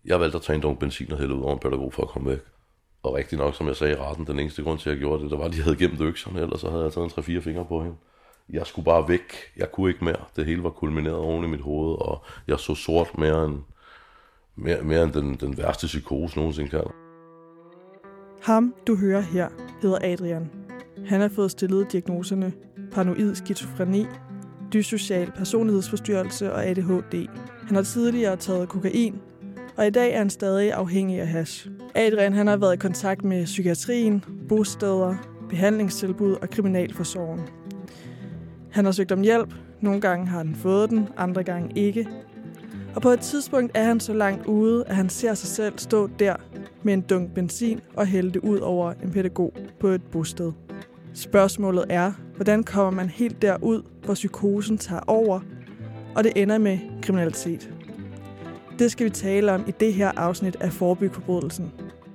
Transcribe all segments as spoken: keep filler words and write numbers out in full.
Jeg valgte at tage en dunk benzin og hælde ud over en pædagog for at komme væk. Og rigtig nok, som jeg sagde i retten, den eneste grund til, at jeg gjorde det, der var, at de havde gemt økserne, ellers så havde jeg taget en tre-fire fingre på hende. Jeg skulle bare væk. Jeg kunne ikke mere. Det hele var kulmineret oven i mit hoved, og jeg så sort mere end, mere, mere end den, den værste psykose nogensinde kan. Ham, du hører her, hedder Adrian. Han har fået stillet diagnoserne paranoid skizofreni, dyssocial personlighedsforstyrrelse og A D H D. Han har tidligere taget kokain, og i dag er han stadig afhængig af hash. Adrian han har været i kontakt med psykiatrien, bosteder, behandlingstilbud og kriminalforsorgen. Han har søgt om hjælp. Nogle gange har han fået den, andre gange ikke. Og på et tidspunkt er han så langt ude, at han ser sig selv stå der med en dunk benzin og hælde det ud over en pædagog på et bosted. Spørgsmålet er, hvordan kommer man helt derud, hvor psykosen tager over, og det ender med kriminalitet. Det skal vi tale om i det her afsnit af Forebyg forbrydelsen.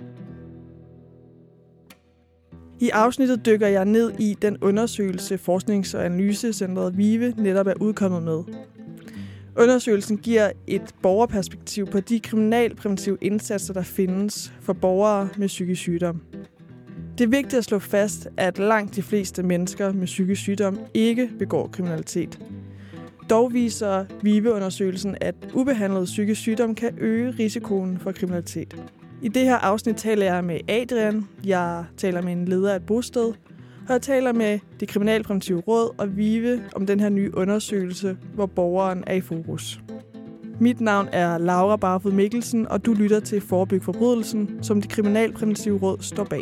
I afsnittet dykker jeg ned i den undersøgelse, Forsknings- og Analysecentret VIVE netop er udkommet med. Undersøgelsen giver et borgerperspektiv på de kriminalpræventive indsatser, der findes for borgere med psykisk sygdom. Det er vigtigt at slå fast, at langt de fleste mennesker med psykisk sygdom ikke begår kriminalitet. Dog viser VIVE-undersøgelsen, at ubehandlet psykisk sygdom kan øge risikoen for kriminalitet. I det her afsnit taler jeg med Adrian, jeg taler med en leder af et bosted, og jeg taler med Det Kriminalpræventive Råd og VIVE om den her nye undersøgelse, hvor borgeren er i fokus. Mit navn er Laura Barfod Mikkelsen, og du lytter til Forebyg forbrydelsen, som Det Kriminalpræventive Råd står bag.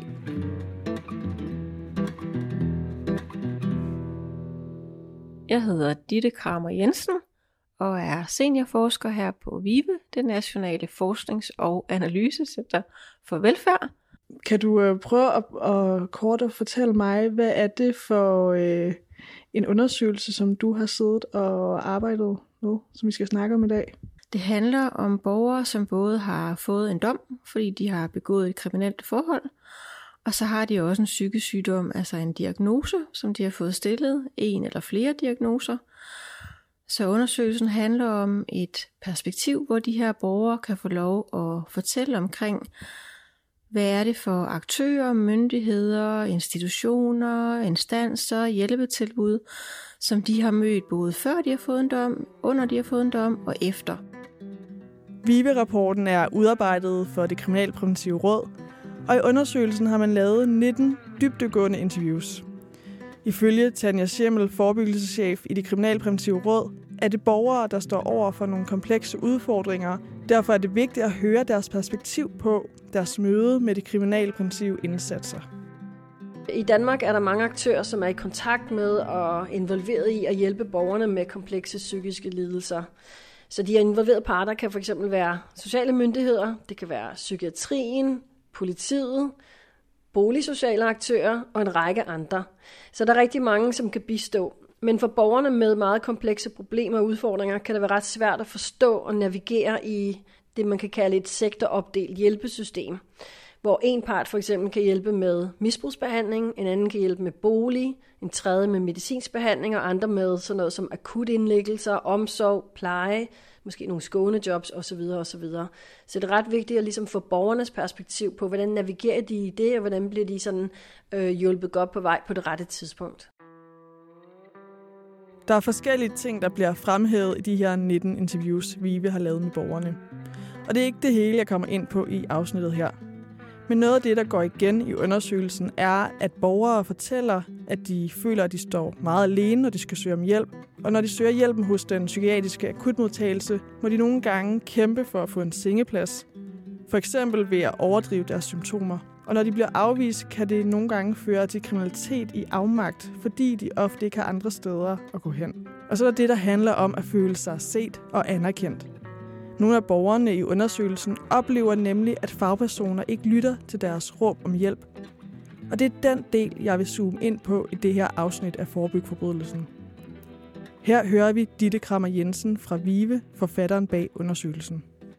Jeg hedder Ditte Kramer Jensen og er seniorforsker her på VIVE, det nationale forsknings- og analysecenter for velfærd. Kan du øh, prøve at, at kort at fortælle mig, hvad er det for øh, en undersøgelse, som du har siddet og arbejdet med, som vi skal snakke om i dag? Det handler om borgere, som både har fået en dom, fordi de har begået et kriminelt forhold, og så har de også en psykisk sygdom, altså en diagnose, som de har fået stillet, en eller flere diagnoser. Så undersøgelsen handler om et perspektiv, hvor de her borgere kan få lov at fortælle omkring, hvad er det for aktører, myndigheder, institutioner, instanser, hjælpetilbud, som de har mødt både før de har fået en dom, under de har fået en dom og efter. VIVE-rapporten er udarbejdet for Det Kriminalpræventive Råd, og i undersøgelsen har man lavet nitten dybdegående interviews. Ifølge Tanja Schimmel, forebyggelseschef i Det Kriminalpræventive Råd, er det borgere, der står over for nogle komplekse udfordringer. Derfor er det vigtigt at høre deres perspektiv på deres møde med de kriminalpræventive indsatser. I Danmark er der mange aktører, som er i kontakt med og involveret i at hjælpe borgerne med komplekse psykiske lidelser. Så de involverede parter kan fx være sociale myndigheder, det kan være psykiatrien, politiet, boligsociale aktører og en række andre. Så der er rigtig mange, som kan bistå. Men for borgerne med meget komplekse problemer og udfordringer, kan det være ret svært at forstå og navigere i det, man kan kalde et sektoropdelt hjælpesystem, hvor en part for eksempel kan hjælpe med misbrugsbehandling, en anden kan hjælpe med bolig, en tredje med medicinsk behandling og andre med sådan noget som akutindlæggelser, omsorg, pleje, måske nogle skånejobs osv. osv. Så det er ret vigtigt at ligesom få borgernes perspektiv på, hvordan navigerer de i det, og hvordan bliver de sådan, øh, hjulpet godt på vej på det rette tidspunkt. Der er forskellige ting, der bliver fremhævet i de her nitten interviews, VIVE har lavet med borgerne. Og det er ikke det hele, jeg kommer ind på i afsnittet her. Men noget af det, der går igen i undersøgelsen, er, at borgere fortæller, at de føler, at de står meget alene, når de skal søge om hjælp. Og når de søger hjælpen hos den psykiatriske akutmodtagelse, må de nogle gange kæmpe for at få en sengeplads. For eksempel ved at overdrive deres symptomer. Og når de bliver afvist, kan det nogle gange føre til kriminalitet i afmagt, fordi de ofte ikke har andre steder at gå hen. Og så er det, der handler om at føle sig set og anerkendt. Nogle af borgerne i undersøgelsen oplever nemlig, at fagpersoner ikke lytter til deres råb om hjælp. Og det er den del, jeg vil zoome ind på i det her afsnit af Forebyg forbrydelsen. Her hører vi Ditte Kramer Jensen fra VIVE, forfatteren bag undersøgelsen.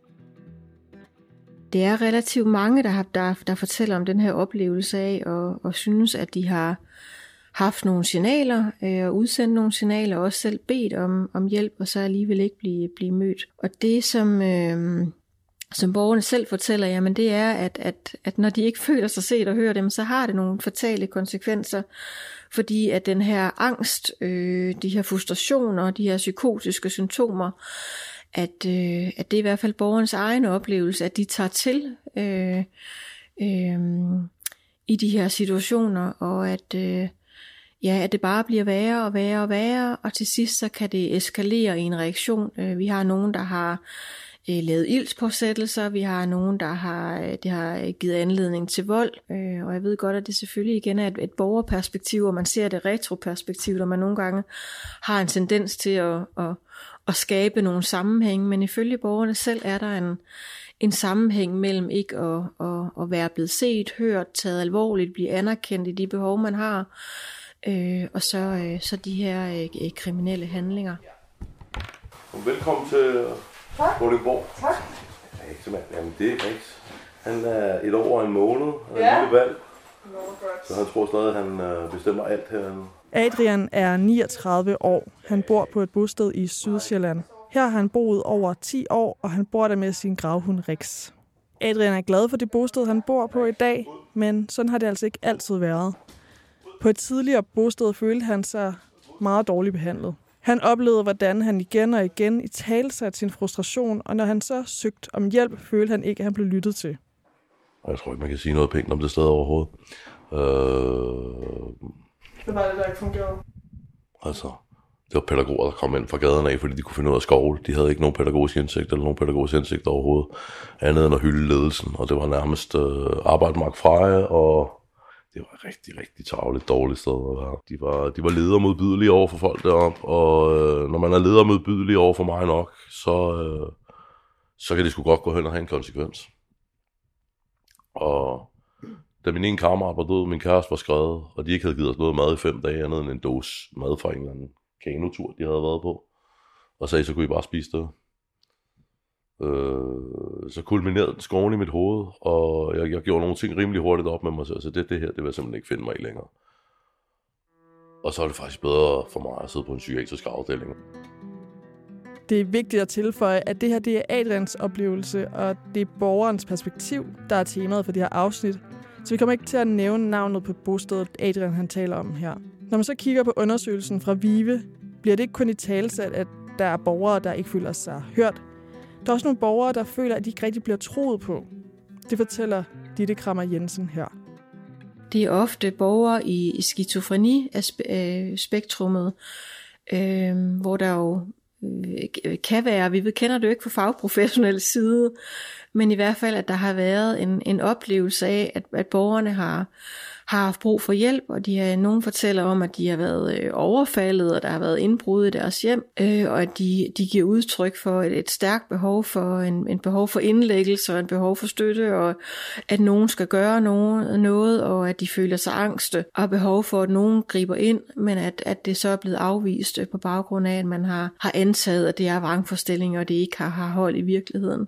Det er relativt mange, der, har, der, der fortæller om den her oplevelse af, og, og synes, at de har haft nogle signaler, øh, og udsendt nogle signaler, og også selv bedt om, om hjælp, og så alligevel ikke blive, blive mødt. Og det, som, øh, som borgerne selv fortæller, jamen det er, at, at, at når de ikke føler sig set og hører dem, så har det nogle fatale konsekvenser, fordi at den her angst, øh, de her frustrationer, de her psykotiske symptomer, at, øh, at det er i hvert fald borgernes egen oplevelse, at de tager til øh, øh, i de her situationer, og at, øh, ja, at det bare bliver værre og værre og værre, og til sidst så kan det eskalere i en reaktion. Øh, vi har nogen, der har øh, lavet ildspåsættelser, vi har nogen, der har, øh, det har givet anledning til vold, øh, og jeg ved godt, at det selvfølgelig igen er et, et borgerperspektiv, og man ser det retroperspektiv, og man nogle gange har en tendens til at, at, at skabe nogle sammenhæng, men ifølge borgerne selv er der en, en sammenhæng mellem ikke at, at, at være blevet set, hørt, taget alvorligt, blive anerkendt i de behov, man har, øh, og så, øh, så de her øh, kriminelle handlinger. Velkommen til Vordingborg. Tak. Jamen, det er rigtigt. Han er et år og en måned, og ja. en lille valg. Så han tror stadig, at han bestemmer alt herinde. Adrian er niogtredive år. Han bor på et bosted i Sydsjælland. Her har han boet over ti år, og han bor der med sin gravhund Rex. Adrian er glad for det bosted, han bor på i dag, men sådan har det altså ikke altid været. På et tidligere bosted følte han sig meget dårligt behandlet. Han oplevede, hvordan han igen og igen italsatte sin frustration, og når han så søgte om hjælp, følte han ikke, at han blev lyttet til. Og jeg tror ikke, man kan sige noget pænt om det sted overhovedet. Øh... Det var det, der ikke fungerede. Altså, det var pædagoger, der kom ind fra gaden af, fordi de kunne finde ud af skole. De havde ikke nogen pædagogisk indsigt eller nogen pædagogisk indsigt overhovedet, andet end at hylde ledelsen. Og det var nærmest øh, arbejdsmark freje, og det var et rigtig, rigtig tarveligt dårligt sted at være. De var, de var ledermodbydelige over for folk deroppe, og øh, når man er ledermodbydelig over for mig nok, så, øh, så kan det sgu godt gå hen og have en konsekvens. Og da min ene kammerat var død, min kæreste var skrevet, og de ikke havde givet os noget mad i fem dage, andet end en dåse mad fra en eller anden kanotur, de havde været på, og sagde, så kunne I bare spise det. Øh, så kulminerede den skoven i mit hoved, og jeg, jeg gjorde nogle ting rimelig hurtigt op med mig selv, så det, det her, det vil jeg simpelthen ikke finde mig i længere. Og så er det faktisk bedre for mig at sidde på en psykiatrisk afdeling. Det er vigtigt at tilføje, at det her det er Adrians oplevelse, og det er borgerens perspektiv, der er temaet for det her afsnit. Så vi kommer ikke til at nævne navnet på bostedet, Adrian han taler om her. Når man så kigger på undersøgelsen fra VIVE, bliver det ikke kun i talesat, at der er borgere, der ikke føler sig hørt. Der er også nogle borgere, der føler, at de ikke rigtig bliver troet på. Det fortæller Ditte Krammer Jensen her. Det er ofte borgere i, i skizofreni-spektrummet, øh, hvor der jo øh, kan være, vi kender det jo ikke fra fagprofessionelle side, men i hvert fald, at der har været en, en oplevelse af, at, at borgerne har, har haft brug for hjælp, og de har, nogen fortæller om, at de har været øh, overfaldet, og der har været indbrud i deres hjem, øh, og at de, de giver udtryk for et, et stærkt behov for en, en behov for indlæggelse og en behov for støtte, og at nogen skal gøre noget, noget, og at de føler sig angste, og behov for, at nogen griber ind, men at, at det så er blevet afvist på baggrund af, at man har, har antaget, at det er vrangforestillinger, og det ikke har, har hold i virkeligheden.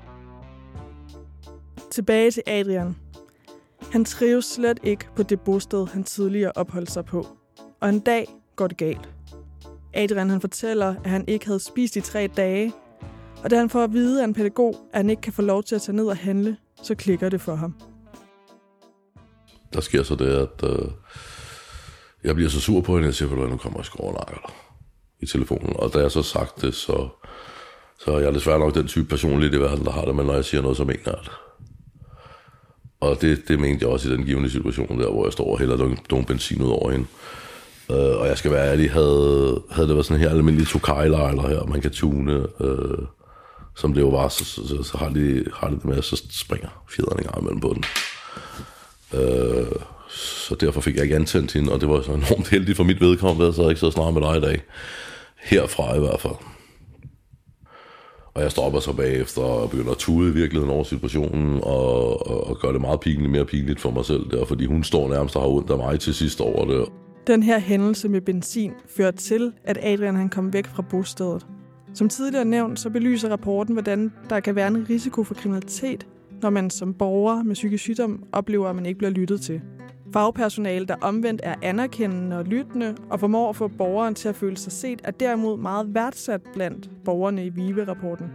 Tilbage til Adrian. Han trives slet ikke på det bosted, han tidligere opholdt sig på. Og en dag går det galt. Adrian han fortæller, at han ikke havde spist i tre dage, og da han får at vide af en pædagog, at han ikke kan få lov til at tage ned og handle, så klikker det for ham. Der sker så det, at øh, jeg bliver så sur på hende, jeg siger, at nu kommer jeg sgu over nakker dig i telefonen. Og da jeg så sagt det, så, så er jeg desværre nok den type personligt i verden, der har det, men når jeg siger noget, så mener jeg det. Og det, det mente jeg også i den givende situation der, hvor jeg står og hælder nogle, nogle benzin ud over hende. Uh, og jeg skal være ærlig, havde, havde det været sådan en her almindelig Tokai-lejler her, man kan tune, uh, som det jo var, så, så, så, så har, de, har de det med, at så springer fjederne en gang imellem på den. Uh, så derfor fik jeg ikke antændt hende, og det var så enormt heldigt for mit vedkommende, så jeg ikke så snart med dig i dag. Herfra i hvert fald. Og jeg stopper så bagefter og begynder at tude i virkeligheden over situationen, og, og, og gør det meget pinligt, mere pinligt for mig selv der, fordi hun står nærmest og har ondt af mig til sidst over det. Den her hændelse med benzin førte til, at Adrian han kom væk fra bostedet. Som tidligere nævnt, så belyser rapporten, hvordan der kan være en risiko for kriminalitet, når man som borger med psykisk sygdom oplever, at man ikke bliver lyttet til. Fagpersonale, der omvendt er anerkendende og lyttende og formår at få borgeren til at føle sig set, er derimod meget værdsat blandt borgerne i VIVE-rapporten.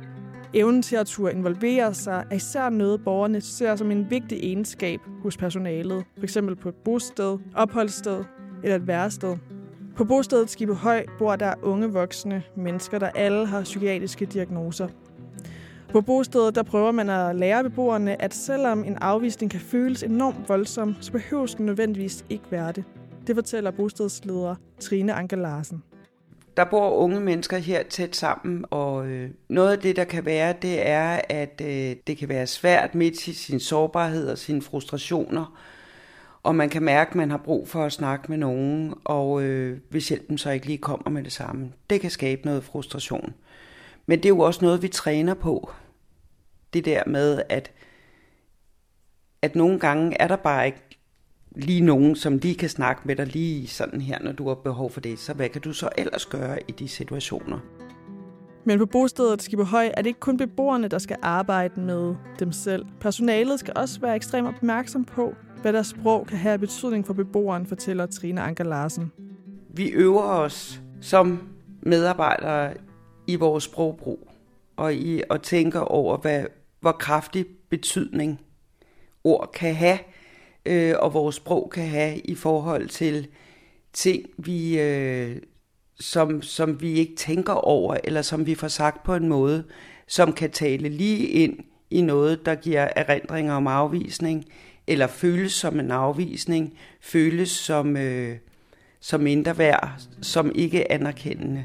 Evnen til at turde involvere sig er især noget, borgerne ser som en vigtig egenskab hos personalet, f.eks. på et bosted, opholdssted eller et værested. På bostedet Skibehøj bor der unge voksne mennesker, der alle har psykiatriske diagnoser. På bostedet der prøver man at lære beboerne, at selvom en afvisning kan føles enormt voldsom, så behøves den nødvendigvis ikke være det. Det fortæller bostedsleder Trine Anker Larsen. Der bor unge mennesker her tæt sammen, og øh, noget af det, der kan være, det er, at øh, det kan være svært midt i sin sårbarhed og sine frustrationer, og man kan mærke, at man har brug for at snakke med nogen, og øh, hvis hjælpen så ikke lige kommer med det samme. Det kan skabe noget frustration. Men det er jo også noget, vi træner på. Det der med, at, at nogle gange er der bare ikke lige nogen, som lige kan snakke med dig lige sådan her, når du har behov for det. Så hvad kan du så ellers gøre i de situationer? Men på bostedet Skibehøj er det ikke kun beboerne, der skal arbejde med dem selv. Personalet skal også være ekstremt opmærksom på, hvad deres sprog kan have betydning for beboeren, fortæller Trine Anker Larsen. Vi øver os som medarbejdere i vores sprogbrug, og i at tænke over, hvad, hvor kraftig betydning ord kan have, øh, og vores sprog kan have i forhold til ting, vi, øh, som, som vi ikke tænker over, eller som vi får sagt på en måde, som kan tale lige ind i noget, der giver erindringer om afvisning, eller føles som en afvisning, føles som, øh, som mindre værd, som ikke anerkendende.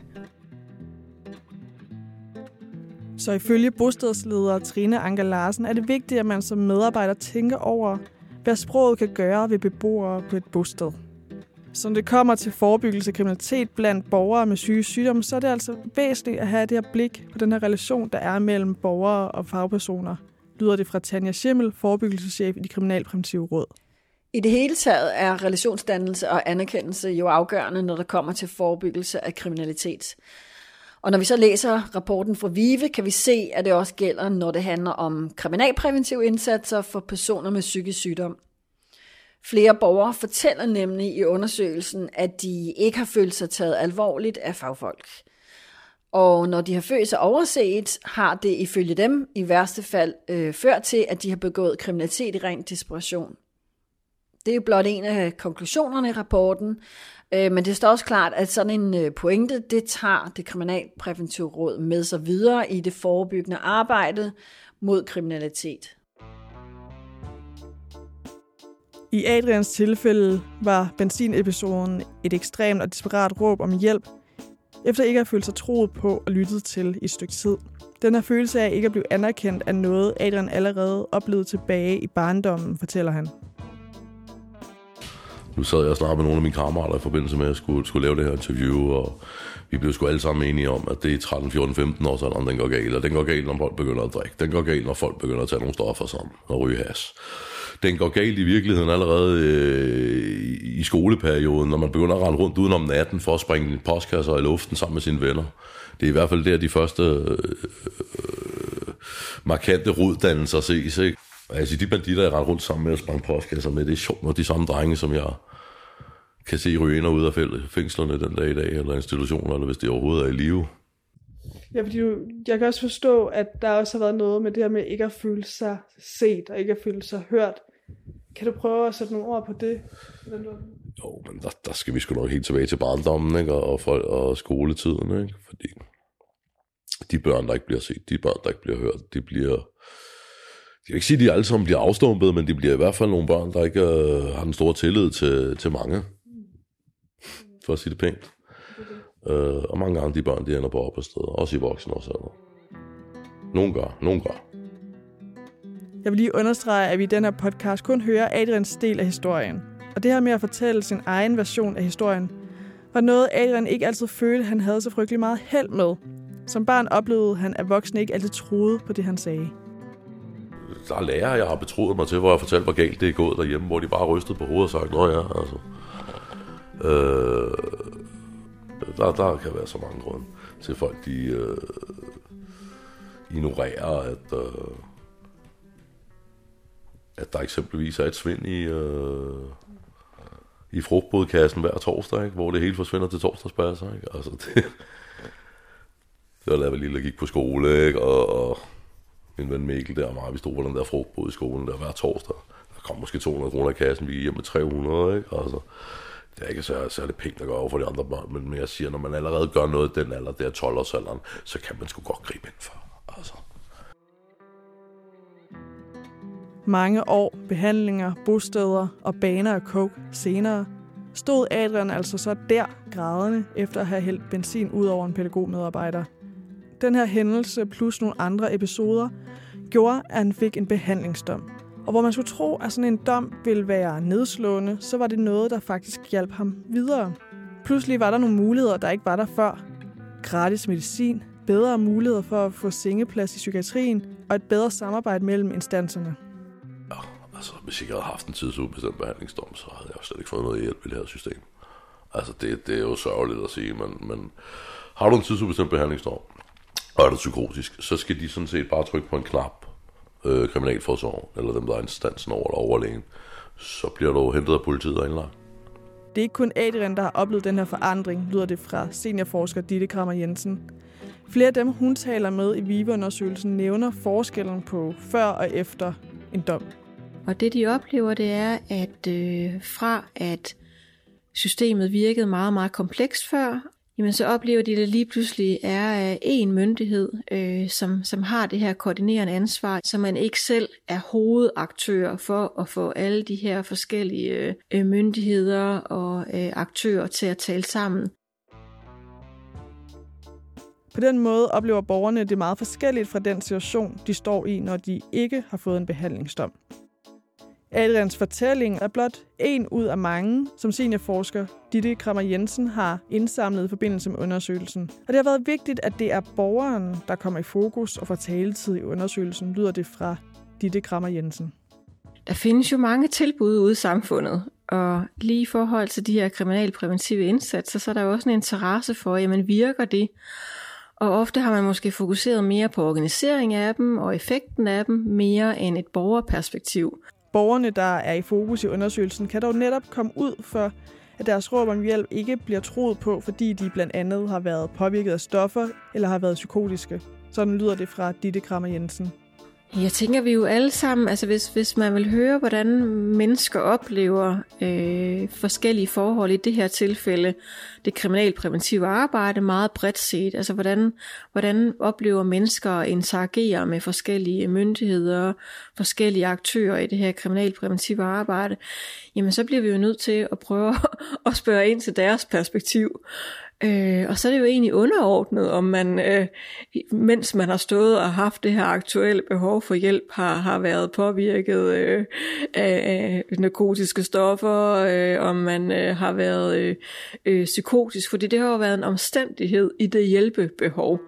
Så ifølge bostedsleder Trine Anker Larsen er det vigtigt, at man som medarbejder tænker over, hvad sproget kan gøre ved beboere på et bosted. Så når det kommer til forebyggelse af kriminalitet blandt borgere med syge sygdomme, så er det altså væsentligt at have det her blik på den her relation, der er mellem borgere og fagpersoner, lyder det fra Tanja Schimmel, forebyggelseschef i det kriminalpræventive råd. I det hele taget er relationsdannelse og anerkendelse jo afgørende, når der kommer til forebyggelse af kriminalitet. Og når vi så læser rapporten fra VIVE, kan vi se, at det også gælder, når det handler om kriminalpræventive indsatser for personer med psykisk sygdom. Flere borgere fortæller nemlig i undersøgelsen, at de ikke har følt sig taget alvorligt af fagfolk. Og når de har følt sig overset, har det ifølge dem i værste fald øh, ført til, at de har begået kriminalitet i ren desperation. Det er jo blot en af konklusionerne i rapporten, øh, men det står også klart, at sådan en øh, pointe, det tager det kriminalpræventive råd med sig videre i det forebyggende arbejde mod kriminalitet. I Adrians tilfælde var benzinepisoden et ekstremt og desperat råb om hjælp, efter ikke at føle sig troet på og lyttet til i et stykke tid. Den her følelse af ikke at blive anerkendt er noget, Adrian allerede oplevede tilbage i barndommen, fortæller han. Nu sad jeg og snakkede med nogle af mine kammerater i forbindelse med, at jeg skulle, skulle lave det her interview, og vi blev sgu alle sammen enige om, at det er tretten, fjorten, femten år sådan, den går galt, og den går galt, når folk begynder at drikke. Den går galt, når folk begynder at tage nogle stoffer sammen og ryge has. Den går galt i virkeligheden allerede øh, i skoleperioden, når man begynder at rende rundt uden om natten for at springe postkasser i luften sammen med sine venner. Det er i hvert fald der, de første øh, øh, markante roddannelser ses, ikke? Altså de banditter, jeg rendte rundt sammen med og sprang postkasser med, det er sjovt, når de samme drenge, som jeg kan se ryge ind og ud af fængslerne den dag i dag, eller institutioner, eller hvis det overhovedet er i live. Ja, fordi du, jeg kan også forstå, at der også har været noget med det her med ikke at føle sig set, og ikke at føle sig hørt. Kan du prøve at sætte nogle ord på det? Jo, men der, der skal vi sgu nok helt tilbage til barndommen, ikke? Og, og, og skoletiden, ikke? Fordi de børn, der ikke bliver set, de børn, der ikke bliver hørt, de bliver... Jeg vil ikke sige, at de alle sammen bliver afstumpet, men de bliver i hvert fald nogle børn, der ikke øh, har den store tillid til, til mange. For at sige det pænt. Øh, og mange gange de børn, de ender på opholdssteder, også i voksne også. Eller. Nogle gør, nogle gør. Jeg vil lige understrege, at vi i den her podcast kun hører Adrians del af historien. Og det her med at fortælle sin egen version af historien, var noget Adrian ikke altid følte, han havde så frygtelig meget held med. Som barn oplevede han, at voksne ikke altid troede på det, han sagde. Der er lærere, jeg har betroet mig til, hvor jeg fortalte, hvor galt det er gået derhjemme, hvor de bare rystede på hovedet og sagt, nå ja, altså. Øh, der, der kan være så mange grunde til folk, de øh, ignorerer, at, øh, at der eksempelvis er et svind i, øh, i frugtbodkassen hver torsdag, ikke? Hvor det hele forsvinder til torsdagspasser. Ikke? Altså det, det var da jeg lige gik på skole, ikke? Og, og min ven Mikkel der og mig, vi stod på den der frugtbod i skolen der hver torsdag. Der kom måske to hundrede kroner i kassen, vi gik hjem med tre hundrede, ikke? Altså, det er ikke så særlig pænt at gøre over for de andre børn, men jeg siger, når man allerede gør noget den alder, der tolv-årsalderen, så kan man sgu godt gribe ind for. Altså. Mange år, behandlinger, bosteder og baner af coke senere, stod Adrian altså så der grædende efter at have hældt benzin ud over en pædagogmedarbejder. Den her hændelse plus nogle andre episoder gjorde, at han fik en behandlingsdom. Og hvor man skulle tro, at sådan en dom ville være nedslående, så var det noget, der faktisk hjalp ham videre. Pludselig var der nogle muligheder, der ikke var der før. Gratis medicin, bedre muligheder for at få sengeplads i psykiatrien og et bedre samarbejde mellem instanserne. Ja, altså hvis jeg ikke havde haft en tidsubestemt behandlingsdom, så havde jeg slet ikke fået noget hjælp i det her system. Altså det, det er jo sørgeligt at sige, men, men har du en tidsubestemt behandlingsdom, og er du psykotisk, så skal de sådan set bare trykke på en knap, øh, kriminalforsorgen, eller dem, der er instansen over eller overlægen, så bliver du hentet af politiet og indlagt. Det er ikke kun Adrian, der har oplevet den her forandring, lyder det fra seniorforsker Ditte Krammer Jensen. Flere af dem, hun taler med i VIVE-undersøgelsen, nævner forskellen på før og efter en dom. Og det, de oplever, det er, at øh, fra at systemet virkede meget, meget komplekst før, jamen så oplever de, at det lige pludselig er en myndighed, øh, som, som har det her koordinerende ansvar, så man ikke selv er hovedaktør for at få alle de her forskellige øh, myndigheder og øh, aktører til at tale sammen. På den måde oplever borgerne det meget forskelligt fra den situation, de står i, når de ikke har fået en behandlingsdom. Adrians fortælling er blot en ud af mange, som seniorforsker Ditte Krammer Jensen har indsamlet i forbindelse med undersøgelsen. Og det har været vigtigt, at det er borgeren, der kommer i fokus og får taletid i undersøgelsen, lyder det fra Ditte Krammer Jensen. Der findes jo mange tilbud ude i samfundet, og lige i forhold til de her kriminalpræventive indsatser, så er der jo også en interesse for, jamen virker det? Og ofte har man måske fokuseret mere på organisering af dem og effekten af dem, mere end et borgerperspektiv. Borgerne, der er i fokus i undersøgelsen, kan dog netop komme ud for, at deres råb om hjælp ikke bliver troet på, fordi de blandt andet har været påvirket af stoffer eller har været psykotiske. Sådan lyder det fra Ditte Krammer Jensen. Jeg tænker, vi jo alle sammen, altså hvis, hvis man vil høre, hvordan mennesker oplever øh, forskellige forhold i det her tilfælde, det kriminalpræventive arbejde meget bredt set, altså hvordan, hvordan oplever mennesker at interagere med forskellige myndigheder, forskellige aktører i det her kriminalpræventive arbejde, jamen så bliver vi jo nødt til at prøve at spørge ind til deres perspektiv. Øh, og så er det jo egentlig underordnet, om man, øh, mens man har stået og haft det her aktuelle behov for hjælp, har, har været påvirket øh, af narkotiske stoffer, øh, om man øh, har været øh, øh, psykotisk, fordi det har jo været en omstændighed i det hjælpebehov.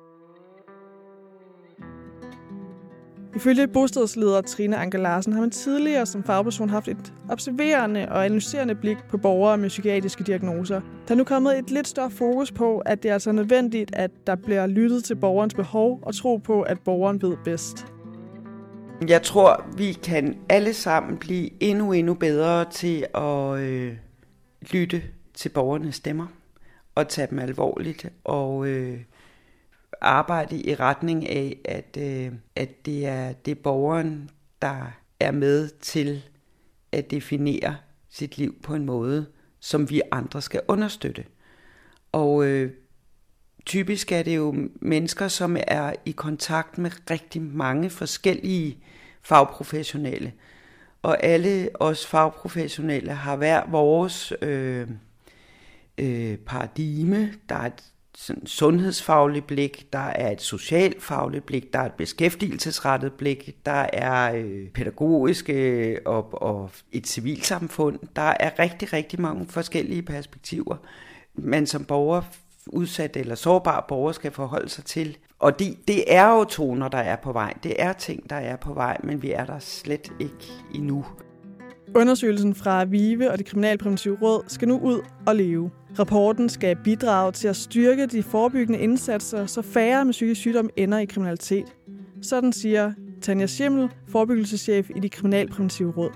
Ifølge bostedsleder Trine Anker Larsen har man tidligere som fagperson haft et observerende og analyserende blik på borgere med psykiatriske diagnoser. Der er nu kommet et lidt større fokus på, at det er altså nødvendigt, at der bliver lyttet til borgerens behov og tro på, at borgeren ved bedst. Jeg tror, vi kan alle sammen blive endnu, endnu bedre til at øh, lytte til borgernes stemmer og tage dem alvorligt og øh, arbejde i retning af, at, øh, at det er det borgeren, der er med til at definere sit liv på en måde, som vi andre skal understøtte. Og øh, typisk er det jo mennesker, som er i kontakt med rigtig mange forskellige fagprofessionelle. Og alle os fagprofessionelle har hver vores øh, øh, paradigme. Der er et sådan sundhedsfagligt blik, der er et socialfagligt blik, der er et beskæftigelsesrettet blik, der er øh, pædagogiske og, og et civilsamfund. Der er rigtig, rigtig mange forskellige perspektiver, man som borger, udsat eller sårbar borger, skal forholde sig til. Og det, det er jo toner, der er på vej. Det er ting, der er på vej, men vi er der slet ikke endnu. Undersøgelsen fra VIVE og det Kriminalpræventive Råd skal nu ud og leve. Rapporten skal bidrage til at styrke de forebyggende indsatser, så færre med psykisk sygdom ender i kriminalitet. Sådan siger Tanja Schimmel, forebyggelseschef i det Kriminalpræventive Råd.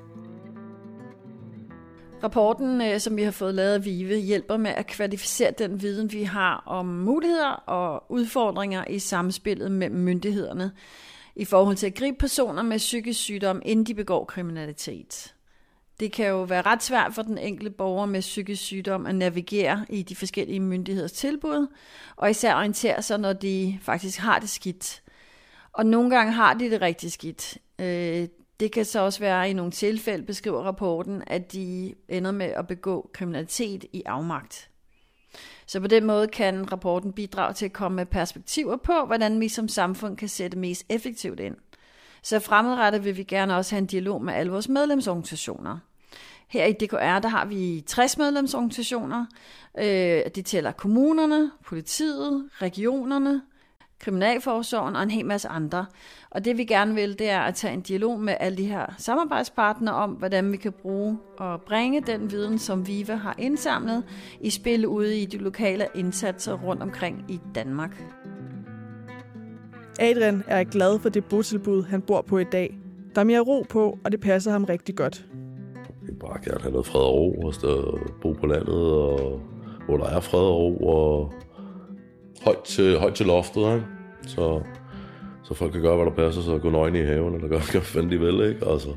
Rapporten, som vi har fået lavet af VIVE, hjælper med at kvalificere den viden, vi har om muligheder og udfordringer i samspillet mellem myndighederne. i forhold til at gribe personer med psykisk sygdom, inden de begår kriminalitet. Det kan jo være ret svært for den enkelte borger med psykisk sygdom at navigere i de forskellige myndigheders tilbud, og især orientere sig, når de faktisk har det skidt. Og nogle gange har de det rigtig skidt. Det kan så også være i nogle tilfælde, beskriver rapporten, at de ender med at begå kriminalitet i afmagt. Så på den måde kan rapporten bidrage til at komme med perspektiver på, hvordan vi som samfund kan sætte mest effektivt ind. Så fremadrettet vil vi gerne også have en dialog med alle vores medlemsorganisationer. Her i D K R, der har vi tres medlemsorganisationer. De tæller kommunerne, politiet, regionerne, kriminalforsorgen og en hel masse andre. Og det vi gerne vil, det er at tage en dialog med alle de her samarbejdspartnere om, hvordan vi kan bruge og bringe den viden, som VIVE har indsamlet, i spil ude i de lokale indsatser rundt omkring i Danmark. Adrian er glad for det botilbud, han bor på i dag. Der er mere ro på, og det passer ham rigtig godt. Jeg vil bare gerne have noget fred og ro, og bo på landet, og hvor der er fred og ro, og højt til, højt til loftet, ikke? Så, så folk kan gøre, hvad der passer, så gå nøgne i haven, eller gøre, hvad fanden de vil, ikke? Altså.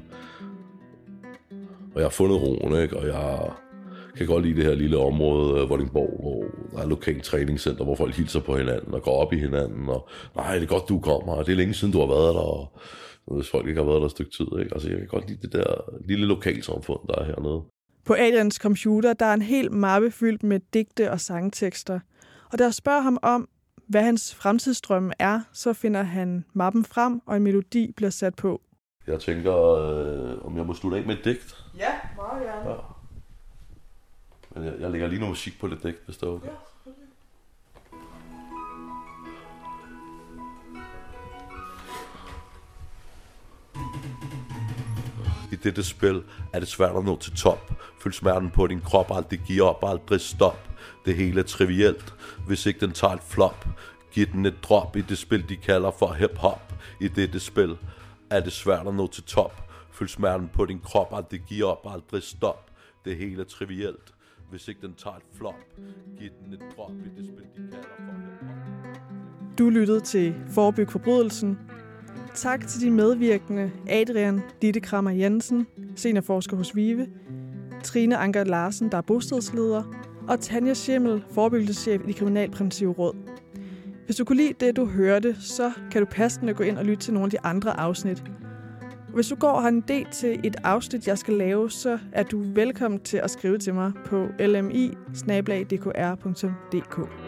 Og jeg har fundet roen, ikke? Og jeg kan godt lide det her lille område, Vordingborg, hvor der er lokalt træningscenter, hvor folk hilser på hinanden og går op i hinanden, og nej, det er godt, du kommer, og det er længe siden, du har været der, og hvis folk ikke har været der et stykke tid, ikke? Altså, jeg kan godt lide det der lille lokalsamfund, der er hernede. På Adrians computer, der er en hel mappe fyldt med digte og sangtekster. Og da jeg spørger ham om, hvad hans fremtidsdrømme er, så finder han mappen frem, og en melodi bliver sat på. Jeg tænker, øh, om jeg må slutte af med et digt. Ja, meget gerne. Ja. Men jeg, jeg lægger lige noget musik på det digt, hvis det er okay. Ja. I dette spil er det svært at nå til top. Følg smerten på din krop, aldrig giv op, aldrig stop. Det hele er trivielt, hvis ikke den tager et flop. Giv den et drop i det spil, de kalder for hip-hop. I dette spil er det svært at nå til top. Følg smerten på din krop, aldrig giv op, aldrig stop. Det hele er trivielt, hvis ikke den tager et flop. Giv den et drop i det spil, de kalder for hip-hop. Du lyttede til Forebyg Forbrydelsen. Tak til de medvirkende Adrian Ditte Krammer Jensen, seniorforsker hos VIVE, Trine Anker Larsen, der er bostedsleder, og Tanja Schimmel, forebyggelseschef i det Kriminalpræventive Råd. Hvis du kunne lide det, du hørte, så kan du passende gå ind og lytte til nogle af de andre afsnit. Hvis du går og har en idé til et afsnit, jeg skal lave, så er du velkommen til at skrive til mig på l m i bindestreg d k r punktum d k.